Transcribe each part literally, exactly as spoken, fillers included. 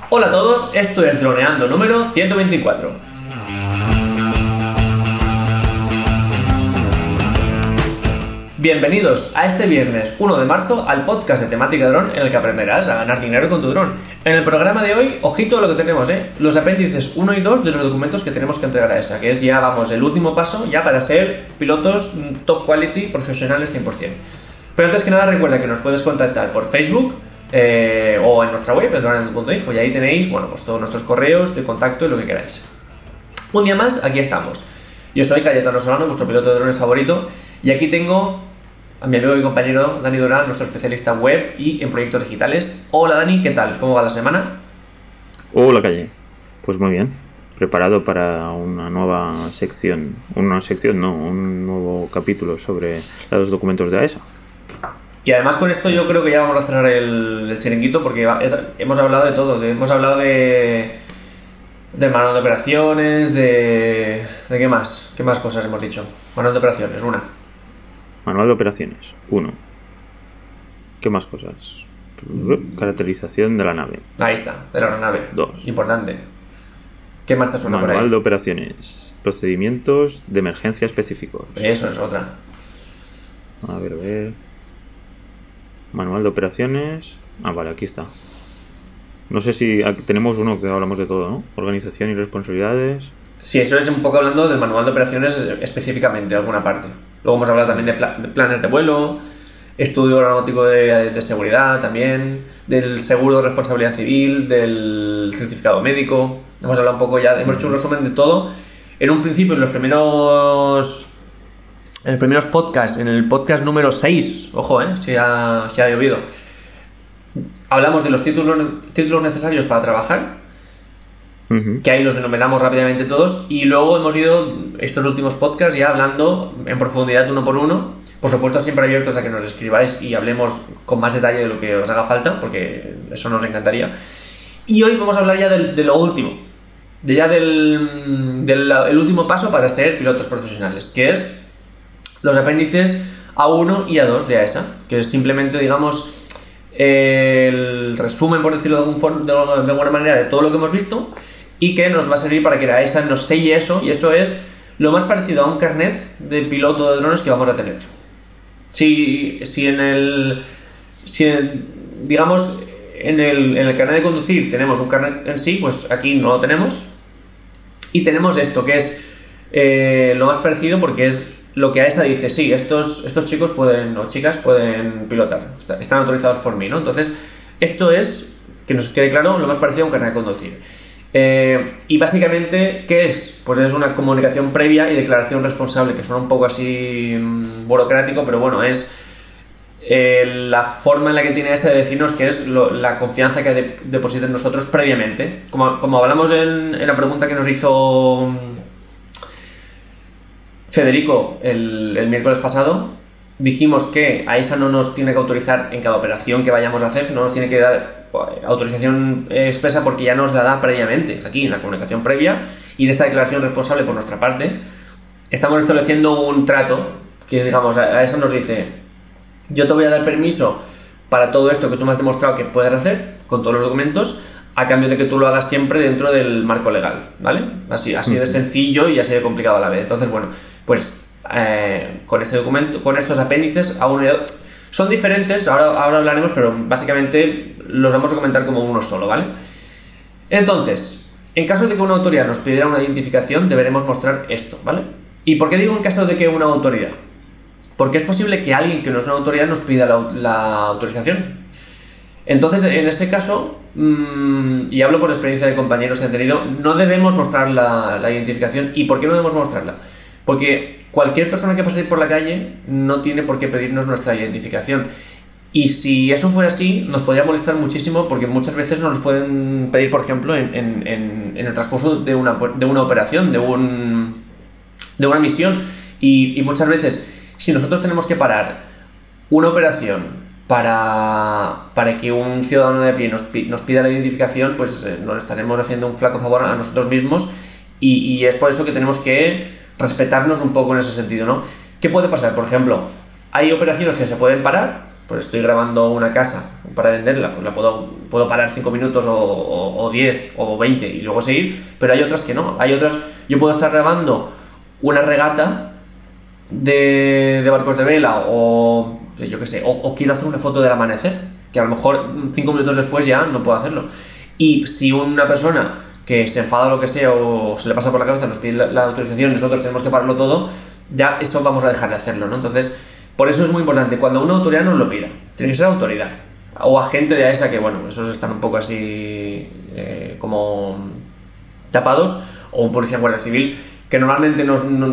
Hola a todos, esto es Droneando número ciento veinticuatro. Bienvenidos a este viernes uno de marzo al podcast de temática dron en el que aprenderás a ganar dinero con tu dron. En el programa de hoy, ojito a lo que tenemos, ¿eh? Los apéndices uno y dos de los documentos que tenemos que entregar a E S A, que es ya, vamos, el último paso ya para ser pilotos top quality profesionales cien por ciento. Pero antes que nada recuerda que nos puedes contactar por Facebook eh, o en nuestra web, en droneando punto info, y ahí tenéis, bueno, pues todos nuestros correos de contacto y lo que queráis. Un día más, aquí estamos. Yo soy Cayetano Solano, vuestro piloto de drones favorito, y aquí tengo a mi amigo y compañero Dani Durán, nuestro especialista en web y en proyectos digitales. Hola Dani, ¿qué tal? ¿Cómo va la semana? Hola Calle, pues muy bien, preparado para una nueva sección, una sección no, un nuevo capítulo sobre los documentos de A E S A. Y además con esto yo creo que ya vamos a cerrar el, el chiringuito porque va, es, hemos hablado de todo, de, hemos hablado de de manual de operaciones, de... ¿de qué más? ¿Qué más cosas hemos dicho? Manual de operaciones, una. Manual de operaciones, uno. ¿Qué más cosas? Caracterización de la nave. Ahí está, de la nave. Dos. Importante. ¿Qué más te suena por ahí? Manual de operaciones. Procedimientos de emergencia específicos. Eso es otra. A ver, a ver. Manual de operaciones. Ah, vale, aquí está. No sé si aquí tenemos uno que hablamos de todo, ¿no? Organización y responsabilidades. Sí, eso es un poco hablando del manual de operaciones específicamente, alguna parte. Luego hemos hablado también de, pla- de planes de vuelo, estudio aeronáutico de, de seguridad también, del seguro de responsabilidad civil, del certificado médico. Hemos hablado un poco ya, hemos hecho un resumen de todo. En un principio, en los primeros... En los primeros podcasts, en el podcast número seis, ojo, eh, si ha, si ha llovido, hablamos de los títulos, títulos necesarios para trabajar, uh-huh. que ahí los enumeramos rápidamente todos, y luego hemos ido estos últimos podcasts ya hablando en profundidad uno por uno, por supuesto siempre abiertos a que nos escribáis y hablemos con más detalle de lo que os haga falta, porque eso nos encantaría. Y hoy vamos a hablar ya de, de lo último, de ya del, del el último paso para ser pilotos profesionales, que es los apéndices A uno y A dos de A E S A, que es simplemente, digamos, el resumen, por decirlo de, algún for- de, de alguna manera, de todo lo que hemos visto, y que nos va a servir para que la A E S A nos selle eso, y eso es lo más parecido a un carnet de piloto de drones que vamos a tener. Si, si en el... Si en, digamos, en el, en el carnet de conducir tenemos un carnet en sí, pues aquí no lo tenemos. Y tenemos esto, que es eh, lo más parecido porque es lo que A E S A dice, sí, estos, estos chicos pueden, o chicas pueden pilotar, están autorizados por mí, ¿no? Entonces, esto es, que nos quede claro, lo más parecido a un carnet de conducir. Eh, y básicamente, ¿qué es? Pues es una comunicación previa y declaración responsable, que suena un poco así mmm, burocrático, pero bueno, es eh, la forma en la que tiene A E S A de decirnos que es lo, la confianza que de, deposita en nosotros previamente. Como, como hablamos en, en la pregunta que nos hizo Federico el, el miércoles pasado, dijimos que A E S A no nos tiene que autorizar en cada operación que vayamos a hacer, no nos tiene que dar autorización expresa porque ya nos la da previamente, aquí en la comunicación previa y en esta declaración responsable por nuestra parte. Estamos estableciendo un trato que, digamos, A E S A nos dice, yo te voy a dar permiso para todo esto que tú me has demostrado que puedes hacer con todos los documentos, a cambio de que tú lo hagas siempre dentro del marco legal, ¿vale? Así, así de sencillo y así de complicado a la vez. Entonces, bueno, pues eh, con este documento, con estos apéndices, a uno y a dos, son diferentes, ahora, ahora hablaremos, pero básicamente los vamos a comentar como uno solo, ¿vale? Entonces, en caso de que una autoridad nos pidiera una identificación, deberemos mostrar esto, ¿vale? ¿Y por qué digo en caso de que una autoridad? Porque es posible que alguien que no es una autoridad nos pida la, la autorización. Entonces, en ese caso, mmm, y hablo por experiencia de compañeros que han tenido, no debemos mostrar la, la identificación. ¿Y por qué no debemos mostrarla? Porque cualquier persona que pase por la calle no tiene por qué pedirnos nuestra identificación. Y si eso fuera así, nos podría molestar muchísimo porque muchas veces nos pueden pedir, por ejemplo, en, en, en, en el transcurso de una, de una operación, de, un, de una misión. Y, y muchas veces, si nosotros tenemos que parar una operación Para, para que un ciudadano de a pie nos, nos pida la identificación, pues eh, nos estaremos haciendo un flaco favor a nosotros mismos y, y es por eso que tenemos que respetarnos un poco en ese sentido, ¿no? ¿Qué puede pasar? Por ejemplo, hay operaciones que se pueden parar pues estoy grabando una casa para venderla, pues la puedo, puedo parar cinco minutos o, o, o diez o veinte y luego seguir, pero hay otras que no. Hay otras, yo puedo estar grabando una regata de, de barcos de vela o yo qué sé, o, o quiero hacer una foto del amanecer, que a lo mejor cinco minutos después ya no puedo hacerlo. Y si una persona que se enfada o lo que sea o se le pasa por la cabeza nos pide la, la autorización y nosotros tenemos que pararlo todo, ya eso vamos a dejar de hacerlo, ¿no? Entonces, por eso es muy importante, cuando una autoridad nos lo pida, tiene que ser autoridad o agente de AESA, que bueno, esos están un poco así eh, como tapados, o un policía en guardia civil, que normalmente nos, no,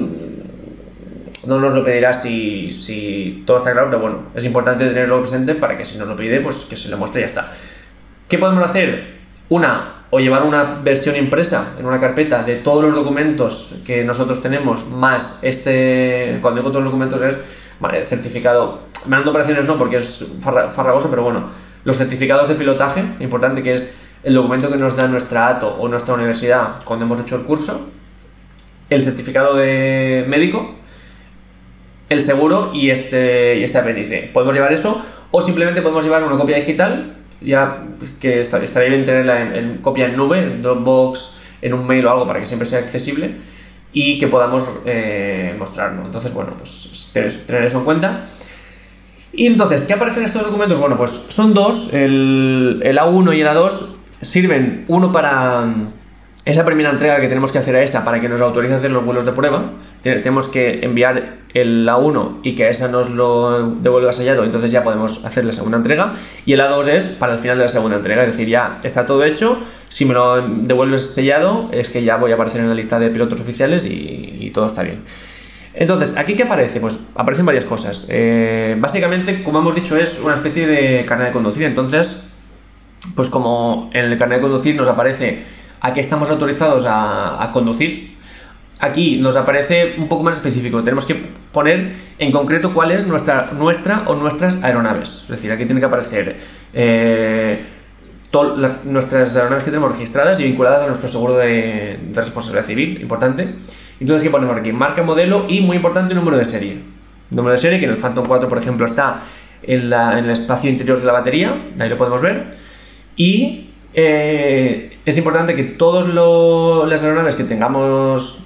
no nos lo pedirá si, si todo está claro, pero bueno, es importante tenerlo presente para que si nos lo pide, pues que se lo muestre y ya está. ¿Qué podemos hacer? Una, o llevar una versión impresa en una carpeta de todos los documentos que nosotros tenemos, más este, cuando digo todos los documentos es vale, certificado, manual de operaciones no porque es farragoso, pero bueno, los certificados de pilotaje, importante, que es el documento que nos da nuestra A T O o nuestra universidad cuando hemos hecho el curso, el certificado de médico, el seguro y este, y este apéndice. Podemos llevar eso o simplemente podemos llevar una copia digital, ya que estaría bien tenerla en, en copia en nube, en Dropbox, en un mail o algo para que siempre sea accesible y que podamos eh, mostrarlo. Entonces, bueno, pues tener eso en cuenta. Y entonces, ¿qué aparecen estos documentos? Bueno, pues son dos, el, el A uno y el A dos sirven, uno para esa primera entrega que tenemos que hacer a ESA para que nos autorice a hacer los vuelos de prueba. Tenemos que enviar el A uno y que ESA nos lo devuelva sellado, entonces ya podemos hacer la segunda entrega. Y el A dos es para el final de la segunda entrega, es decir, ya está todo hecho. Si me lo devuelves sellado, es que ya voy a aparecer en la lista de pilotos oficiales y, y todo está bien. Entonces, ¿aquí qué aparece? Pues aparecen varias cosas. Eh, básicamente, como hemos dicho, es una especie de carnet de conducir. Entonces, pues como en el carnet de conducir nos aparece a qué estamos autorizados a, a conducir, aquí nos aparece un poco más específico. Tenemos que poner en concreto cuál es nuestra, nuestra o nuestras aeronaves. Es decir, aquí tiene que aparecer eh, to, la, nuestras aeronaves que tenemos registradas y vinculadas a nuestro seguro de, de responsabilidad civil, importante. Entonces, ¿qué ponemos aquí? Marca, modelo y, muy importante, número de serie. Número de serie que en el Phantom cuatro, por ejemplo, está en, la, en el espacio interior de la batería, ahí lo podemos ver. Y eh, es importante que todas las aeronaves que tengamos,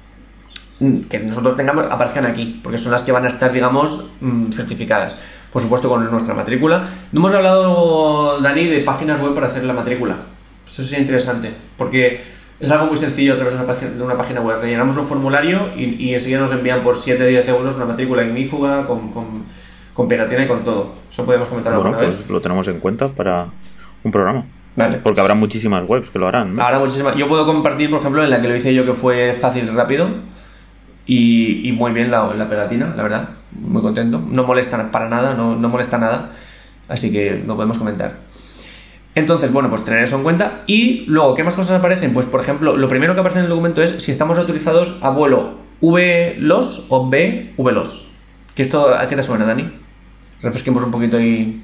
que nosotros tengamos, aparezcan aquí, porque son las que van a estar, digamos, certificadas. Por supuesto, con nuestra matrícula. No hemos hablado, Dani, de páginas web para hacer la matrícula. Eso sería interesante, porque es algo muy sencillo a través de una página web. Rellenamos un formulario y, y enseguida nos envían por siete a diez euros una matrícula ignífuga con, con, con pegatina y con todo. Eso podemos comentar bueno, alguna pues vez. Lo tenemos en cuenta para un programa. Vale. Porque habrá muchísimas webs que lo harán, ¿no? Habrá muchísimas. Yo puedo compartir, por ejemplo, en la que lo hice yo, que fue fácil y rápido. Y, y muy bien la, la pegatina, la verdad. Muy contento. No molesta para nada, no, no molesta nada. Así que lo podemos comentar. Entonces, bueno, pues tener eso en cuenta. Y luego, ¿qué más cosas aparecen? Pues, por ejemplo, lo primero que aparece en el documento es si estamos autorizados a vuelo V L O S o B V L O S. ¿Qué esto, ¿A qué te suena, Dani? Refresquemos un poquito y...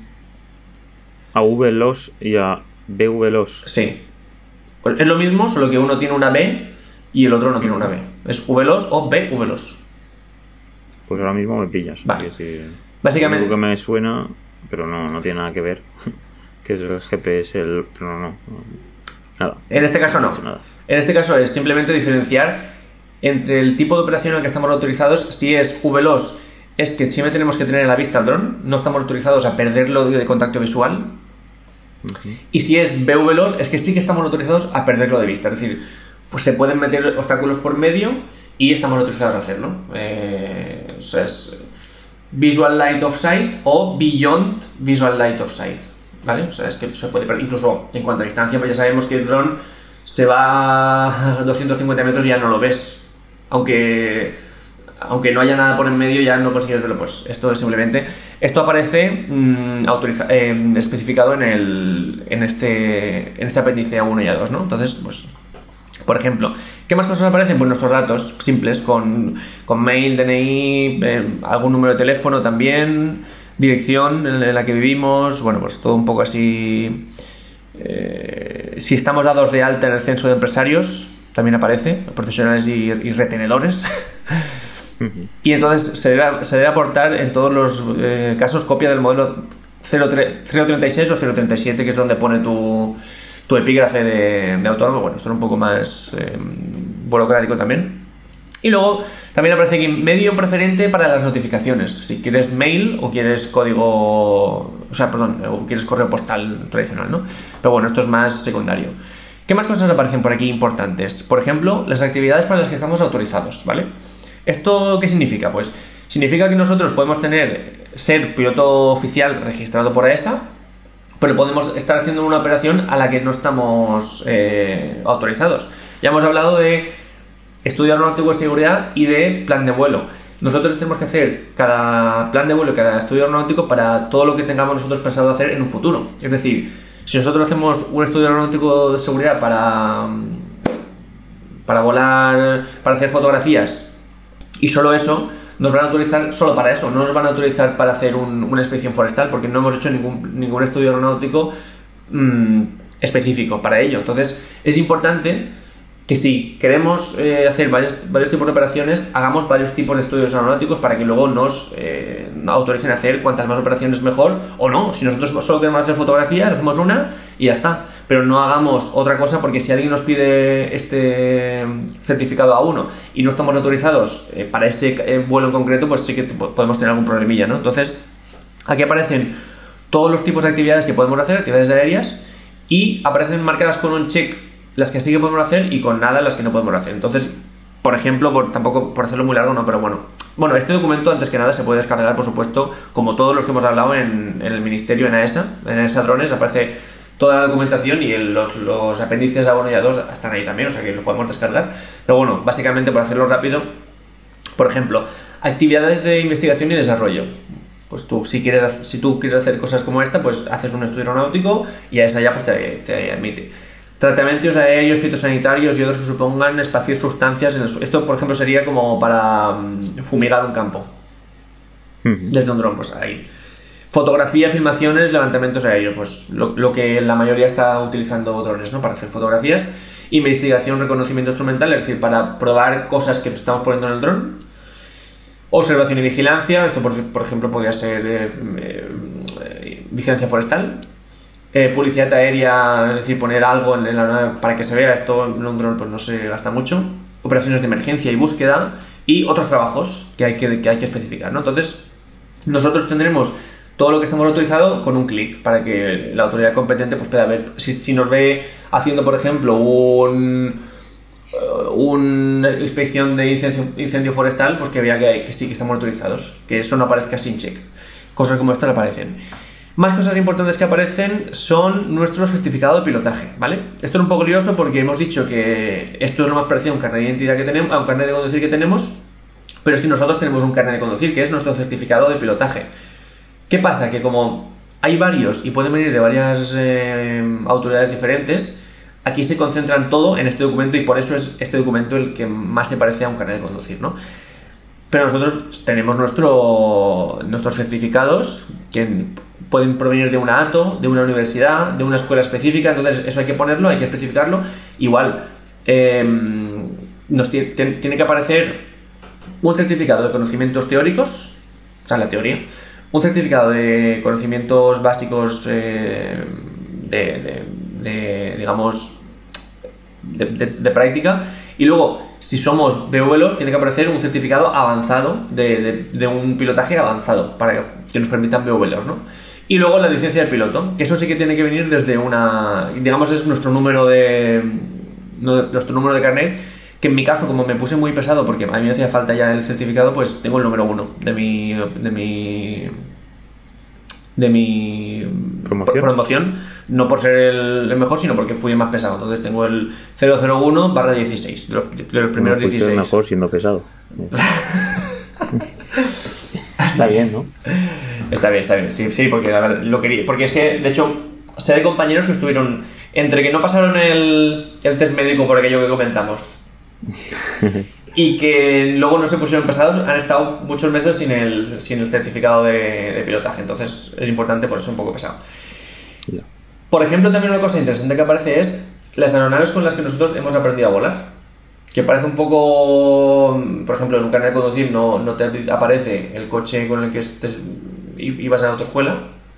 A V L O S y a B V L O S. Sí. Pues es lo mismo, solo que uno tiene una B y el otro no tiene una B. Es V L O S o B V L O S. Pues ahora mismo me pillas. Vale. Si... Básicamente... Lo que me suena, pero no, no tiene nada que ver. Que es el G P S, el... pero no, no. Nada. En este caso no. Nada. En este caso es simplemente diferenciar entre el tipo de operación al que estamos autorizados. Si es V L O S, es que siempre tenemos que tener a la vista el dron. No estamos autorizados a perderlo de contacto visual. Uh-huh. Y si es B V L O S, es que sí que estamos autorizados a perderlo de vista. Es decir, pues se pueden meter obstáculos por medio y estamos autorizados a hacerlo. Eh, o sea, es Visual Light of Sight o Beyond Visual Light of Sight. ¿Vale? O sea, es que se puede perder. Incluso en cuanto a distancia, pues ya sabemos que el dron se va a doscientos cincuenta metros y ya no lo ves. Aunque, aunque no haya nada por en medio, ya no consigues verlo. Pues esto es simplemente. Esto aparece mmm, autoriza, eh, especificado en el en este en este apéndice A uno y A dos, ¿no? Entonces, pues, por ejemplo, ¿qué más cosas aparecen? Pues nuestros datos simples, con, con mail, D N I, eh, algún número de teléfono también, dirección en la que vivimos, bueno, pues todo un poco así. Eh, si estamos dados de alta en el censo de empresarios, también aparece, profesionales y, y retenedores. Y entonces se debe, se debe aportar en todos los eh, casos copia del modelo cero treinta y seis o cero treinta y siete, que es donde pone tu, tu epígrafe de, de autónomo. Bueno, esto es un poco más eh, burocrático también. Y luego también aparece aquí medio preferente para las notificaciones. Si quieres mail o quieres código, o sea, perdón, o quieres correo postal tradicional, ¿no? Pero bueno, esto es más secundario. ¿Qué más cosas aparecen por aquí importantes? Por ejemplo, las actividades para las que estamos autorizados, ¿vale? ¿Esto qué significa? Pues significa que nosotros podemos tener, ser piloto oficial registrado por AESA, pero podemos estar haciendo una operación a la que no estamos eh, autorizados. Ya hemos hablado de estudio aeronáutico de seguridad y de plan de vuelo. Nosotros tenemos que hacer cada plan de vuelo y cada estudio aeronáutico para todo lo que tengamos nosotros pensado hacer en un futuro. Es decir, si nosotros hacemos un estudio aeronáutico de seguridad para, para volar, para hacer fotografías y solo eso, nos van a autorizar solo para eso, no nos van a autorizar para hacer un, una expedición forestal, porque no hemos hecho ningún, ningún estudio aeronáutico mmm, específico para ello. Entonces es importante que si queremos eh, hacer varios, varios tipos de operaciones, hagamos varios tipos de estudios aeronáuticos para que luego nos eh, autoricen a hacer cuantas más operaciones mejor, o no. Si nosotros solo queremos hacer fotografías, hacemos una y ya está. Pero no hagamos otra cosa, porque si alguien nos pide este certificado A uno y no estamos autorizados eh, para ese eh, vuelo en concreto, pues sí que podemos tener algún problemilla, ¿no? Entonces, aquí aparecen todos los tipos de actividades que podemos hacer, actividades aéreas, y aparecen marcadas con un check las que sí que podemos hacer y con nada las que no podemos hacer. Entonces, por ejemplo, por, tampoco por hacerlo muy largo, no, pero bueno. Bueno, este documento antes que nada se puede descargar, por supuesto, como todos los que hemos hablado en, en el Ministerio, en AESA. En AESA Drones aparece toda la documentación y el, los, los apéndices A uno y A dos están ahí también, o sea que lo podemos descargar. Pero bueno, básicamente, por hacerlo rápido, por ejemplo, actividades de investigación y desarrollo. Pues tú, si quieres, si tú quieres hacer cosas como esta, pues haces un estudio aeronáutico y AESA ya pues te, te admite. Tratamientos aéreos, fitosanitarios y otros que supongan esparcir sustancias en el suelo. Esto, por ejemplo, sería como para fumigar un campo. Uh-huh. Desde un dron, pues ahí. Fotografía, filmaciones, levantamientos aéreos. Pues lo, lo que la mayoría está utilizando drones, ¿no? Para hacer fotografías. Investigación, reconocimiento instrumental, es decir, para probar cosas que estamos poniendo en el dron. Observación y vigilancia. Esto, por, por ejemplo, podría ser eh, eh, vigilancia forestal. Eh, publicidad aérea, es decir, poner algo en, en la nave para que se vea. Esto en un dron pues no se gasta mucho. Operaciones de emergencia y búsqueda y otros trabajos que hay que, que, hay que especificar, ¿no? Entonces, nosotros tendremos todo lo que estamos autorizado con un clic para que la autoridad competente pues pueda ver. Si, si nos ve haciendo, por ejemplo, un una inspección de incendio, incendio forestal, pues que vea que, que sí que estamos autorizados, que eso no aparezca sin check. Cosas como esta le aparecen. Más cosas importantes que aparecen son nuestro certificado de pilotaje, ¿vale? Esto es un poco lioso porque hemos dicho que esto es lo más parecido a un carnet de identidad que tenemos, a un carnet de conducir que tenemos, pero es que nosotros tenemos un carnet de conducir, que es nuestro certificado de pilotaje. ¿Qué pasa? Que como hay varios y pueden venir de varias eh, autoridades diferentes, aquí se concentran todo en este documento y por eso es este documento el que más se parece a un carnet de conducir, ¿no? Pero nosotros tenemos nuestro, nuestros certificados que pueden provenir de una A T O, de una universidad, de una escuela específica, entonces eso hay que ponerlo, hay que especificarlo. Igual, eh, nos tiene, tiene que aparecer un certificado de conocimientos teóricos, o sea, la teoría, un certificado de conocimientos básicos eh, de, de, de, digamos, de, de, de práctica, y luego, si somos B V Los, tiene que aparecer un certificado avanzado de, de, de un pilotaje avanzado para que nos permitan B V Los, ¿no? Y luego la licencia de piloto, que eso sí que tiene que venir desde una, digamos, es nuestro número de nuestro número de carnet, que en mi caso, como me puse muy pesado porque a mí me hacía falta ya el certificado, pues tengo el número uno de mi de mi de mi promoción, promoción no por ser el mejor, sino porque fui más pesado. Entonces tengo el cero cero uno barra dieciséis, de los, de los primeros no, dieciséis. Mejor siendo pesado. Está bien, ¿no? Está bien, está bien, sí, sí, porque la verdad, lo quería, porque es que, de hecho, sé de compañeros que estuvieron, entre que no pasaron el, el test médico por aquello que comentamos, y que luego no se pusieron pesados, han estado muchos meses sin el, sin el certificado de, de pilotaje, entonces es importante por eso un poco pesado. Yeah. Por ejemplo, también una cosa interesante que aparece es las aeronaves con las que nosotros hemos aprendido a volar. Que parece un poco, por ejemplo, en un carnet de conducir no, no te aparece el coche con el que estés, ibas a la autoescuela,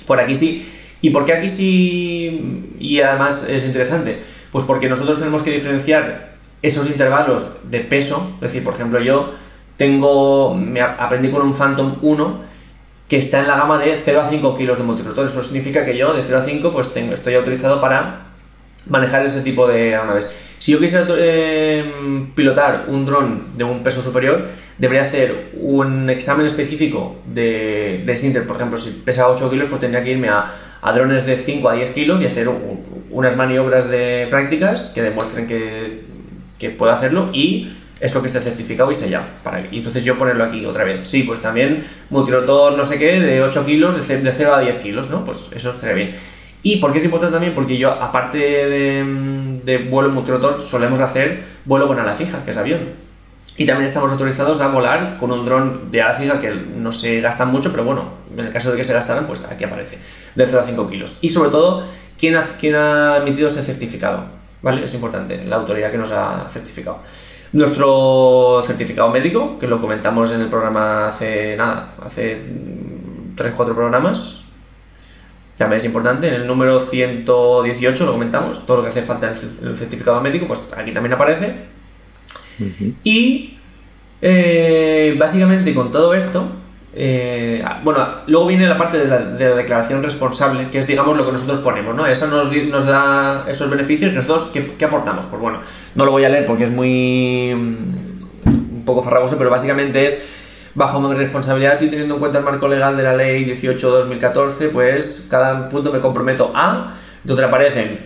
Por aquí sí. ¿Y por qué aquí sí? Y además es interesante. Pues porque nosotros tenemos que diferenciar esos intervalos de peso. Es decir, por ejemplo, yo tengo, me aprendí con un Phantom uno que está en la gama de cero a cinco kilos de multirotor. Eso significa que yo de cero a cinco pues tengo, estoy autorizado para manejar ese tipo de aeronaves. Si yo quisiera eh, pilotar un dron de un peso superior, debería hacer un examen específico de, de Sinter. Por ejemplo, si pesa ocho kilos, pues tendría que irme a, a drones de cinco a diez kilos y hacer un, unas maniobras de prácticas que demuestren que, que puedo hacerlo y eso que esté certificado y sellado. Para, y entonces yo ponerlo aquí otra vez. Sí, pues también multirotor no sé qué de ocho kilos, de cero a diez kilos, ¿no? Pues eso estaría bien. ¿Y por qué es importante también? Porque yo, aparte de, de vuelo en multirotor, solemos hacer vuelo con ala fija, que es avión. Y también estamos autorizados a volar con un dron de ala fija que no se gastan mucho, pero bueno, en el caso de que se gastaran, pues aquí aparece, de cero a cinco kilos. Y sobre todo, ¿quién ha, quién ha emitido ese certificado? ¿Vale? Es importante, la autoridad que nos ha certificado. Nuestro certificado médico, que lo comentamos en el programa hace nada, hace tres cuatro programas, también es importante. En el número ciento dieciocho lo comentamos, todo lo que hace falta en el certificado médico, pues aquí también aparece. Uh-huh. Y eh, básicamente con todo esto, eh, bueno, luego viene la parte de la, de la declaración responsable, que es, digamos, lo que nosotros ponemos, ¿no? Eso nos, nos da esos beneficios y nosotros, ¿qué, qué aportamos? Pues bueno, no lo voy a leer porque es muy un poco farragoso, pero básicamente es: bajo mi responsabilidad y teniendo en cuenta el marco legal de la ley dieciocho barra dos mil catorce, pues cada punto me comprometo a... Entonces aparecen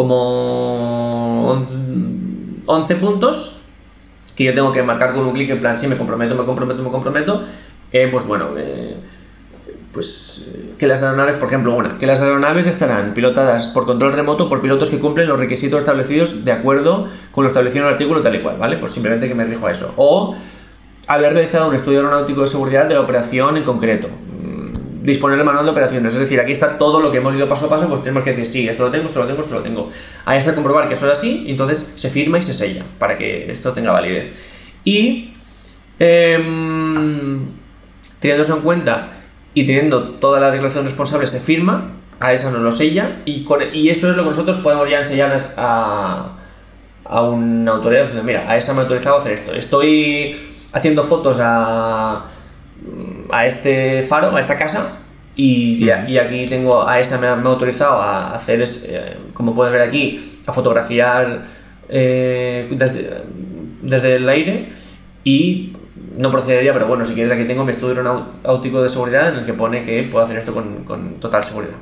como once puntos que yo tengo que marcar con un clic en plan, sí, me comprometo, me comprometo, me comprometo. Eh, pues bueno, eh, pues eh, que las aeronaves, por ejemplo, una, que las aeronaves estarán pilotadas por control remoto por pilotos que cumplen los requisitos establecidos de acuerdo con lo establecido en el artículo tal y cual, ¿vale? Pues simplemente que me rijo a eso. O haber realizado un estudio aeronáutico de seguridad de la operación en concreto. Disponer del manual de operaciones. Es decir, aquí está todo lo que hemos ido paso a paso, pues tenemos que decir, sí, esto lo tengo, esto lo tengo, esto lo tengo. Ahí está comprobar que eso es así, y entonces se firma y se sella para que esto tenga validez. Y eh, teniendo eso en cuenta y teniendo toda la declaración responsable, se firma, a esa nos lo sella, y, con, y eso es lo que nosotros podemos ya enseñar a, a una autoridad diciendo, mira, a esa me ha autorizado a hacer esto. Estoy haciendo fotos a, a este faro, a esta casa, y, y aquí tengo a esa me ha, me ha autorizado a hacer, es, eh, como puedes ver aquí, a fotografiar eh, desde, desde el aire, y no procedería, pero bueno, si quieres, aquí tengo mi estudio aeronáutico de seguridad en el que pone que puedo hacer esto con, con total seguridad.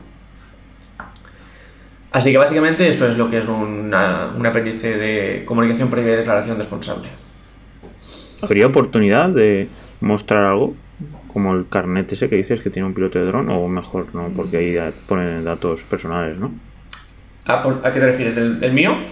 Así que básicamente eso es lo que es una, un apéndice de comunicación previa y declaración responsable. ¿Habría oportunidad de mostrar algo? Como el carnet ese que dices que tiene un piloto de dron, o mejor no, porque ahí ponen datos personales, ¿no? ¿A, por, ¿a qué te refieres? ¿El, el mío?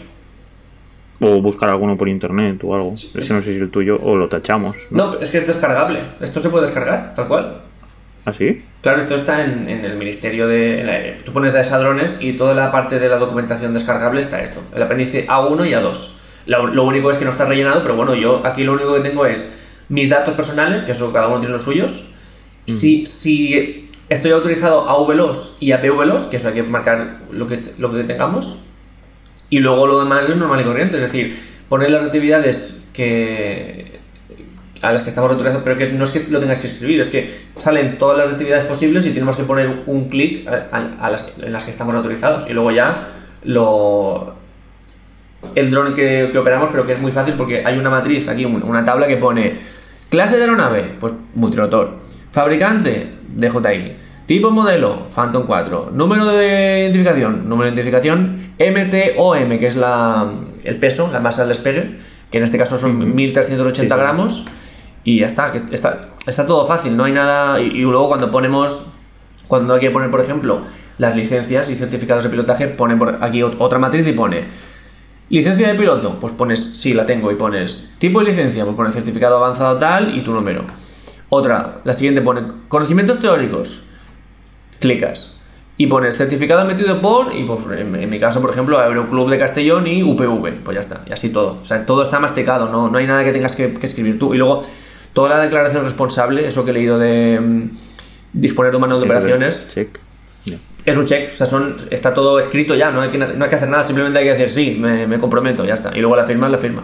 O buscar alguno por internet o algo. Sí, ese no sé si es el tuyo o lo tachamos, ¿no? No, es que es descargable. Esto se puede descargar, tal cual. ¿Ah, sí? Claro, esto está en, en el ministerio de... La, tú pones a esa drones y toda la parte de la documentación descargable está esto. El apéndice A uno y A dos. Lo, lo único es que no está rellenado, pero bueno, yo aquí lo único que tengo es mis datos personales, que eso cada uno tiene los suyos. Mm. Si, si estoy autorizado a V L O S y a P V L O S, que eso hay que marcar lo que, lo que tengamos. Y luego lo demás es normal y corriente, es decir, poner las actividades que a las que estamos autorizados, pero que no es que lo tengas que escribir, es que salen todas las actividades posibles y tenemos que poner un clic a, a, a las, en las que estamos autorizados. Y luego ya lo... el dron que, que operamos, pero que es muy fácil porque hay una matriz aquí, una tabla que pone clase de aeronave, pues multirotor, fabricante, D J I, tipo modelo, Phantom cuatro, número de identificación, número de identificación, M T O M, que es la, el peso, la masa del despegue, que en este caso son mil trescientos ochenta sí, gramos, y ya está, que está, está todo fácil, no hay nada. Y, y luego cuando ponemos, cuando hay que poner, por ejemplo, las licencias y certificados de pilotaje, pone por aquí otra matriz y pone licencia de piloto, pues pones, sí, la tengo, y pones tipo de licencia, pues pones certificado avanzado tal y tu número. Otra, la siguiente pone conocimientos teóricos, clicas y pones certificado emitido por, y pues en, en mi caso, por ejemplo, Aeroclub de Castellón y U P V, pues ya está, y así todo. O sea, todo está masticado, no, no hay nada que tengas que, que escribir tú. Y luego, toda la declaración responsable, eso que he leído de um, disponer de un manual de operaciones, check. Yeah. es un check, o sea, son, está todo escrito ya, no hay que, no hay que hacer nada, simplemente hay que decir sí, me, me comprometo, ya está. Y luego la firma es la firma.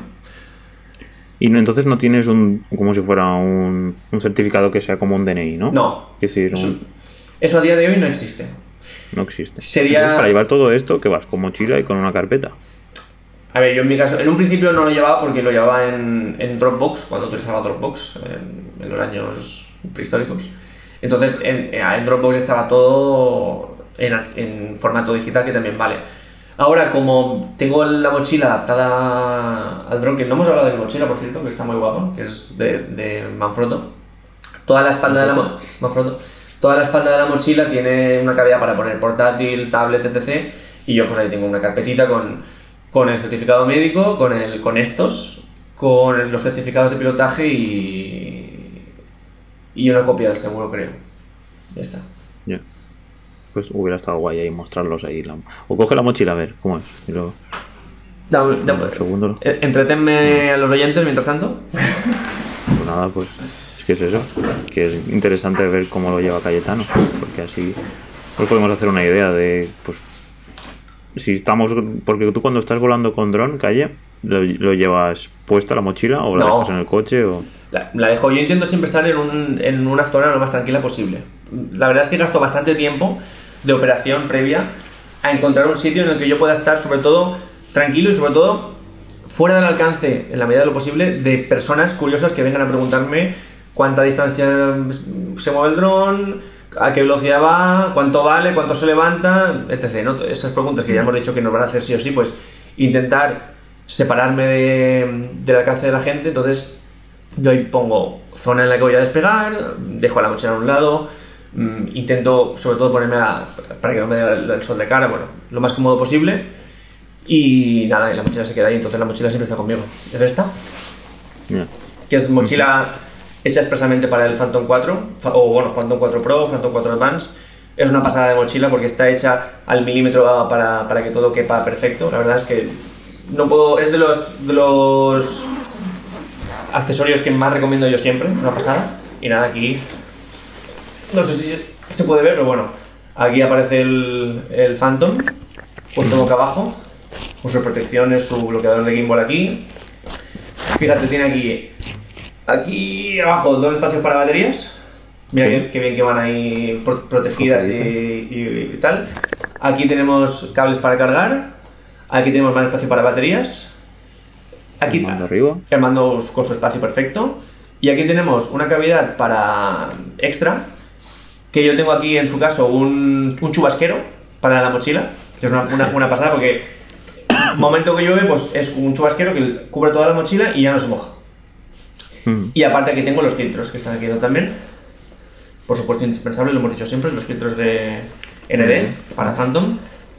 Y no, entonces no tienes un como si fuera un, un certificado que sea como un D N I, ¿no? No. Que sí, Eso, un... eso a día de hoy no existe. No existe. Sería... Entonces, para llevar todo esto, ¿qué vas? ¿Con mochila y con una carpeta? A ver, yo en mi caso, en un principio no lo llevaba porque lo llevaba en, en Dropbox, cuando utilizaba Dropbox, en, en los años prehistóricos. Entonces, en, en Dropbox estaba todo en, en formato digital, que también vale. Ahora, como tengo la mochila adaptada al dron, que no hemos hablado de mi mochila, por cierto, que está muy guapa, que es de, de Manfrotto, toda la espalda de la mo- Manfrotto, toda la espalda de la mochila tiene una cavidad para poner portátil, tablet, etcétera. Y yo pues ahí tengo una carpetita con, con el certificado médico, con, el, con estos, con los certificados de pilotaje y, y una copia del seguro, creo. Ya está. Ya. Yeah. Pues hubiera estado guay ahí mostrarlos ahí. La... O coge la mochila a ver cómo es. Y luego... Dame, dame, un segundo. Entretenme a los oyentes mientras tanto. Pues nada, pues es que es eso. Que es interesante ver cómo lo lleva Cayetano. Porque así pues podemos hacer una idea de, pues, si estamos... Porque tú cuando estás volando con dron, Calle, ¿lo, lo llevas puesta la mochila o la no. dejas en el coche? O... La, la dejo. Yo intento siempre estar en, un, en una zona lo más tranquila posible. La verdad es que gasto bastante tiempo de operación previa a encontrar un sitio en el que yo pueda estar, sobre todo, tranquilo y sobre todo fuera del alcance, en la medida de lo posible, de personas curiosas que vengan a preguntarme cuánta distancia se mueve el dron, a qué velocidad va, cuánto vale, cuánto se levanta, etcétera, ¿no? Esas preguntas que ya hemos dicho que nos van a hacer sí o sí, pues intentar separarme de, del alcance de la gente. Entonces yo ahí pongo zona en la que voy a despegar, dejo la mochila a un lado, intento sobre todo ponerme a, para que no me dé el sol de cara, bueno, lo más cómodo posible, y nada, y la mochila se queda ahí. Entonces la mochila siempre está conmigo. Es esta, yeah. que es mochila hecha expresamente para el Phantom cuatro, o bueno, Phantom cuatro Pro, Phantom cuatro Advance. Es una pasada de mochila porque está hecha al milímetro para, para que todo quepa perfecto. La verdad es que no puedo, es de los, de los accesorios que más recomiendo yo siempre, es una pasada. Y nada, aquí no sé si se puede ver, pero bueno, aquí aparece el, el Phantom puesto boca abajo con sus protecciones, su bloqueador de gimbal aquí. Fíjate, tiene aquí aquí abajo dos espacios para baterías. Mira, sí, que, que bien que van ahí pro- protegidas y, y, y tal. Aquí tenemos cables para cargar. Aquí tenemos más espacio para baterías. Aquí el mando arriba, el mando con su espacio perfecto. Y aquí tenemos una cavidad para extra, que yo tengo aquí en su caso un, un chubasquero para la mochila, que es una, una, una pasada porque momento que llueve pues es un chubasquero que cubre toda la mochila y ya no se moja. Mm. Y aparte aquí tengo los filtros que están aquí también, por supuesto indispensable, lo hemos dicho siempre, los filtros de N D mm. para Phantom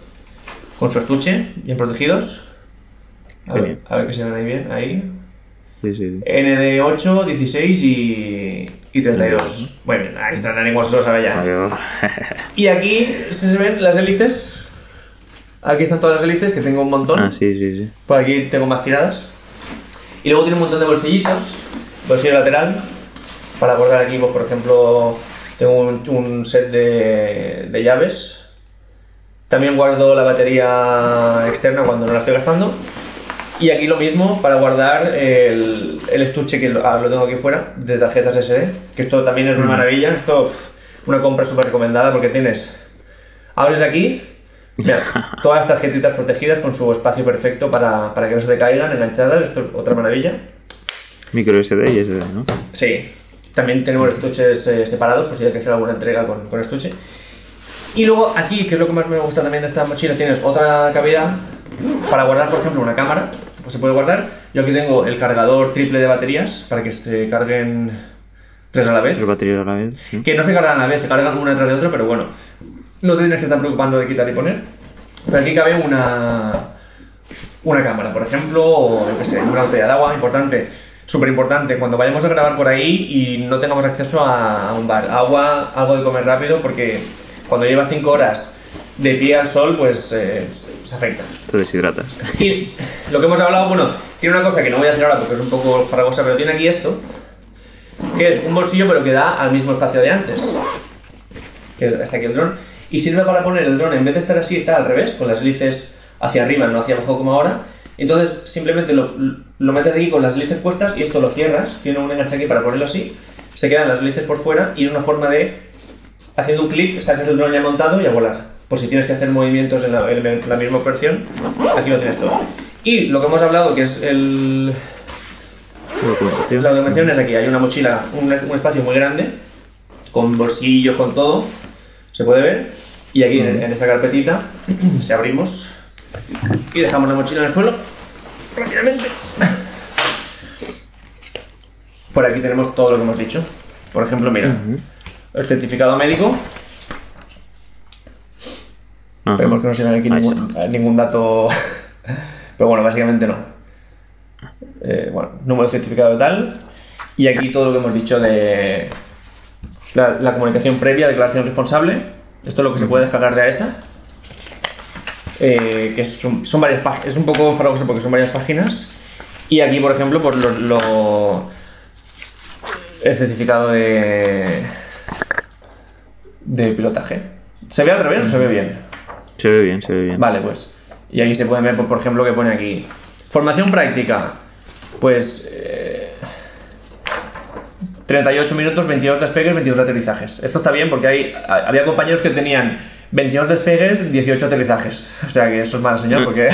con su estuche bien protegidos. A ver, a ver que se ven ahí bien, ahí. Sí, sí, sí. N D ocho, dieciséis y, y treinta y dos. Muy bien, ahí están, vosotros ahora ya. Y aquí se ven las hélices. Aquí están todas las hélices, que tengo un montón. Ah, sí, sí, sí. Por aquí tengo más tiradas. Y luego tiene un montón de bolsillitos. Bolsillo lateral para guardar aquí, pues, por ejemplo, tengo un, un set de, de llaves. También guardo la batería externa cuando no la estoy gastando. Y aquí lo mismo para guardar el, el estuche, que lo, lo tengo aquí fuera, de tarjetas ese de, que esto también es una maravilla. Esto, una compra súper recomendada porque tienes, abres aquí, mira, todas las tarjetitas protegidas con su espacio perfecto para, para que no se te caigan, enganchadas. Esto es otra maravilla. Micro S D y S D, ¿no? Sí, también tenemos estuches eh, separados por si hay que hacer alguna entrega con, con estuche. Y luego aquí, que es lo que más me gusta también de esta mochila, tienes otra cavidad para guardar, por ejemplo, una cámara, pues se puede guardar. Yo aquí tengo el cargador triple de baterías para que se carguen tres a la vez. Tres baterías a la vez. ¿Sí? Que no se cargan a la vez, se cargan una detrás de otra, pero bueno, no te tienes que estar preocupando de quitar y poner. Pero aquí cabe una una cámara, por ejemplo, o yo qué sé, una botella de agua, importante, súper importante, cuando vayamos a grabar por ahí y no tengamos acceso a un bar. Agua, algo de comer rápido, porque cuando llevas cinco horas de pie al sol, pues eh, se afecta. Te deshidratas. Y lo que hemos hablado, bueno, tiene una cosa que no voy a hacer ahora porque es un poco farragosa, pero tiene aquí esto, que es un bolsillo pero que da al mismo espacio de antes, que es hasta aquí el dron. y sirve para poner el dron, en vez de estar así, está al revés, con las hélices hacia arriba, no hacia abajo como ahora. Entonces simplemente lo, lo metes aquí con las hélices puestas y esto lo cierras, tiene un enganche aquí para ponerlo así, se quedan las hélices por fuera y es una forma de, haciendo un clic, sacas el dron ya montado y a volar. Por si tienes que hacer movimientos en la, en la misma operación, aquí lo tienes todo. Y lo que hemos hablado, que es el... La documentación es aquí, hay una mochila, un, un espacio muy grande, con bolsillos, con todo, se puede ver. Y aquí en, en esta carpetita, se abrimos y dejamos la mochila en el suelo, rápidamente. Por aquí tenemos todo lo que hemos dicho. Por ejemplo, mira, el certificado médico. Esperemos que no se vea aquí ningún, ningún dato, pero bueno, básicamente no. Eh, bueno, número de certificado de tal. Y aquí todo lo que hemos dicho de la, la comunicación previa, declaración responsable. Esto es lo que se puede descargar de AESA. Eh, que son, son varias páginas. Es un poco farragoso porque son varias páginas. Y aquí, por ejemplo, pues lo, lo el certificado de de pilotaje. ¿Se ve al revés o se ve bien? Se ve bien, se ve bien. Vale, pues. Y aquí se puede ver, pues, por ejemplo, que pone aquí. Formación práctica. Pues... Eh, treinta y ocho minutos, veintidós despegues, veintidós aterrizajes. Esto está bien porque hay, había compañeros que tenían veintidós despegues, dieciocho aterrizajes. O sea que eso es mala señal porque...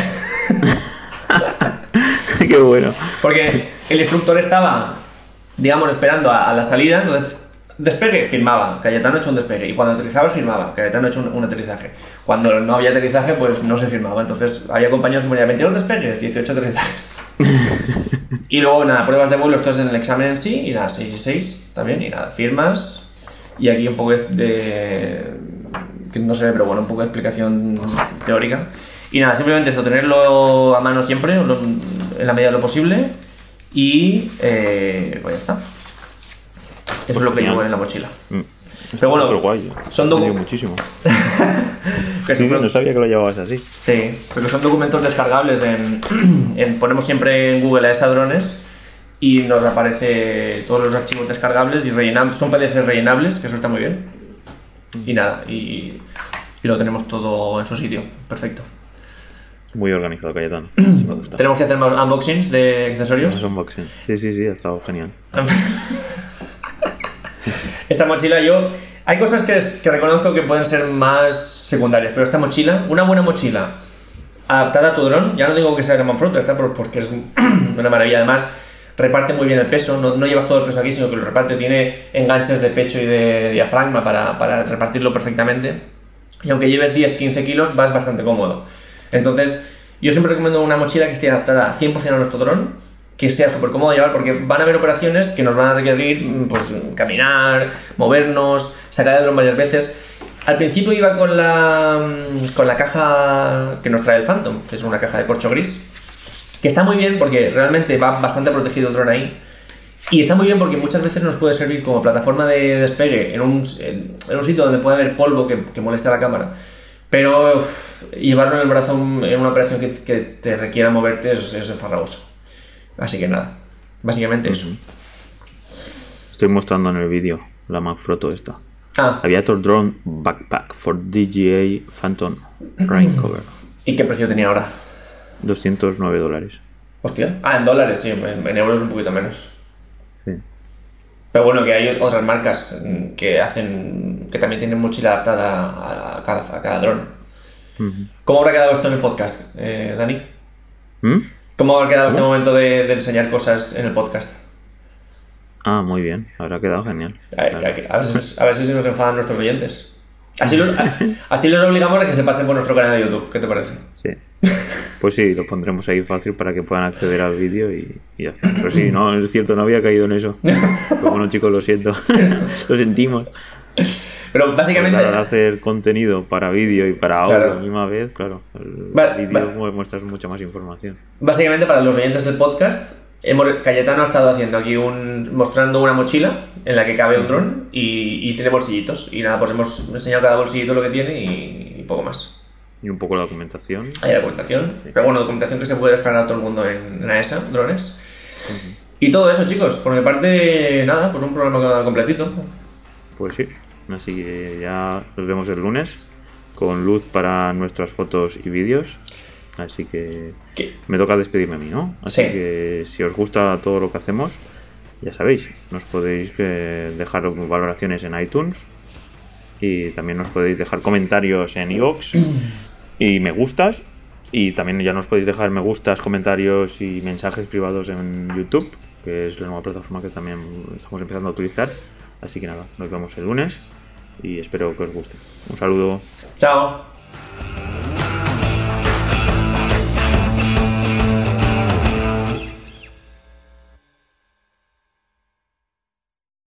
Qué bueno. Porque el instructor estaba, digamos, esperando a, a la salida. Entonces, despegue, firmaba. Cayetano ha hecho un despegue. Y cuando aterrizaba, firmaba. Cayetano ha hecho un, un aterrizaje. Cuando no había aterrizaje, pues no se firmaba. Entonces había compañeros que ponían veintidós despegues, dieciocho aterrizajes. Y luego, nada, pruebas de vuelo, esto es en el examen en sí. Y nada, seis y seis también. Y nada, firmas. Y aquí un poco de... que no se ve, pero bueno, un poco de explicación teórica. Y nada, simplemente esto, tenerlo a mano siempre, en la medida de lo posible. Y eh, pues ya está. Eso pues es lo que llevo en la mochila. Mm. Pero bueno, pero guay. Son documentos. muchísimo. que sí, sí, no sabía que lo llevabas así. Sí, porque son documentos descargables. En, en ponemos siempre en Google AESA drones y nos aparece todos los archivos descargables y rellenamos. Son P D Fs rellenables, que eso está muy bien. Y nada, y, y lo tenemos todo en su sitio. Perfecto. Muy organizado, Cayetano. Sí, me gusta. Tenemos que hacer más unboxings de accesorios. Más unboxing. Sí, sí, sí, ha estado genial. Esta mochila yo... Hay cosas que, es, que reconozco que pueden ser más secundarias, pero esta mochila, una buena mochila adaptada a tu dron, ya no digo que sea de Manfrotto, esta porque es una maravilla. Además, reparte muy bien el peso, no, no llevas todo el peso aquí, sino que lo reparte, tiene enganches de pecho y de diafragma para, para repartirlo perfectamente. Y aunque lleves diez a quince kilos, vas bastante cómodo. Entonces, yo siempre recomiendo una mochila que esté adaptada a cien por ciento a nuestro dron, que sea súper cómodo llevar, porque van a haber operaciones que nos van a requerir pues, caminar, movernos, sacar el dron varias veces. Al principio iba con la, con la caja que nos trae el Phantom, que es una caja de corcho gris, que está muy bien porque realmente va bastante protegido el dron ahí. Y está muy bien porque muchas veces nos puede servir como plataforma de despegue en un, en, en un sitio donde puede haber polvo que, que moleste a la cámara. Pero uf, llevarlo en el brazo en una operación que, que te requiera moverte es, es farragoso. Así que nada, básicamente eso. Estoy mostrando en el vídeo la Manfrotto esta. Ah. Aviator Drone Backpack for D J A Phantom Rain Cover. ¿Y qué precio tenía ahora? doscientos nueve dólares. Hostia. Ah, en dólares, sí, en, en euros un poquito menos. Sí. Pero bueno, que hay otras marcas que hacen, que también tienen mochila adaptada a cada, a cada dron. Uh-huh. ¿Cómo habrá quedado esto en el podcast, eh, Dani? ¿Mm? ¿Cómo habrá quedado ¿Cómo? este momento de, de enseñar cosas en el podcast? Ah, muy bien, habrá quedado genial. A, a, a, ver, si, a ver si se nos enfadan nuestros oyentes. Así los, a, así los obligamos a que se pasen por nuestro canal de YouTube. ¿Qué te parece? Sí. Pues sí, lo pondremos ahí fácil para que puedan acceder al vídeo y, y ya está. Pero sí, no, es cierto, no había caído en eso. Pero bueno, chicos, lo siento. Lo sentimos. Pero básicamente... Pues, claro, al hacer contenido para vídeo y para audio claro. a la misma vez, claro, el Va, vídeo va. muestras mucha más información. Básicamente, para los oyentes del podcast, hemos, Cayetano ha estado haciendo aquí un... mostrando una mochila en la que cabe un dron y, y tiene bolsillitos. Y nada, pues hemos enseñado cada bolsillito lo que tiene y, y poco más. Y un poco la documentación. Hay documentación, sí. Pero bueno, documentación que se puede descargar a todo el mundo en, en AESA, drones. Uh-huh. Y todo eso, chicos. Por mi parte, nada, pues un programa completito. Pues sí. Así que ya nos vemos el lunes. con luz para nuestras fotos y vídeos. Así que ¿Qué? me toca despedirme a mí, ¿no? Así Sí. que si os gusta todo lo que hacemos, ya sabéis, nos podéis eh, dejar valoraciones en iTunes y también nos podéis dejar comentarios en iVoox y me gustas, y también ya nos podéis dejar me gustas, comentarios y mensajes privados en YouTube, que es la nueva plataforma que también estamos empezando a utilizar. Así que nada, nos vemos el lunes y espero que os guste. Un saludo. Chao.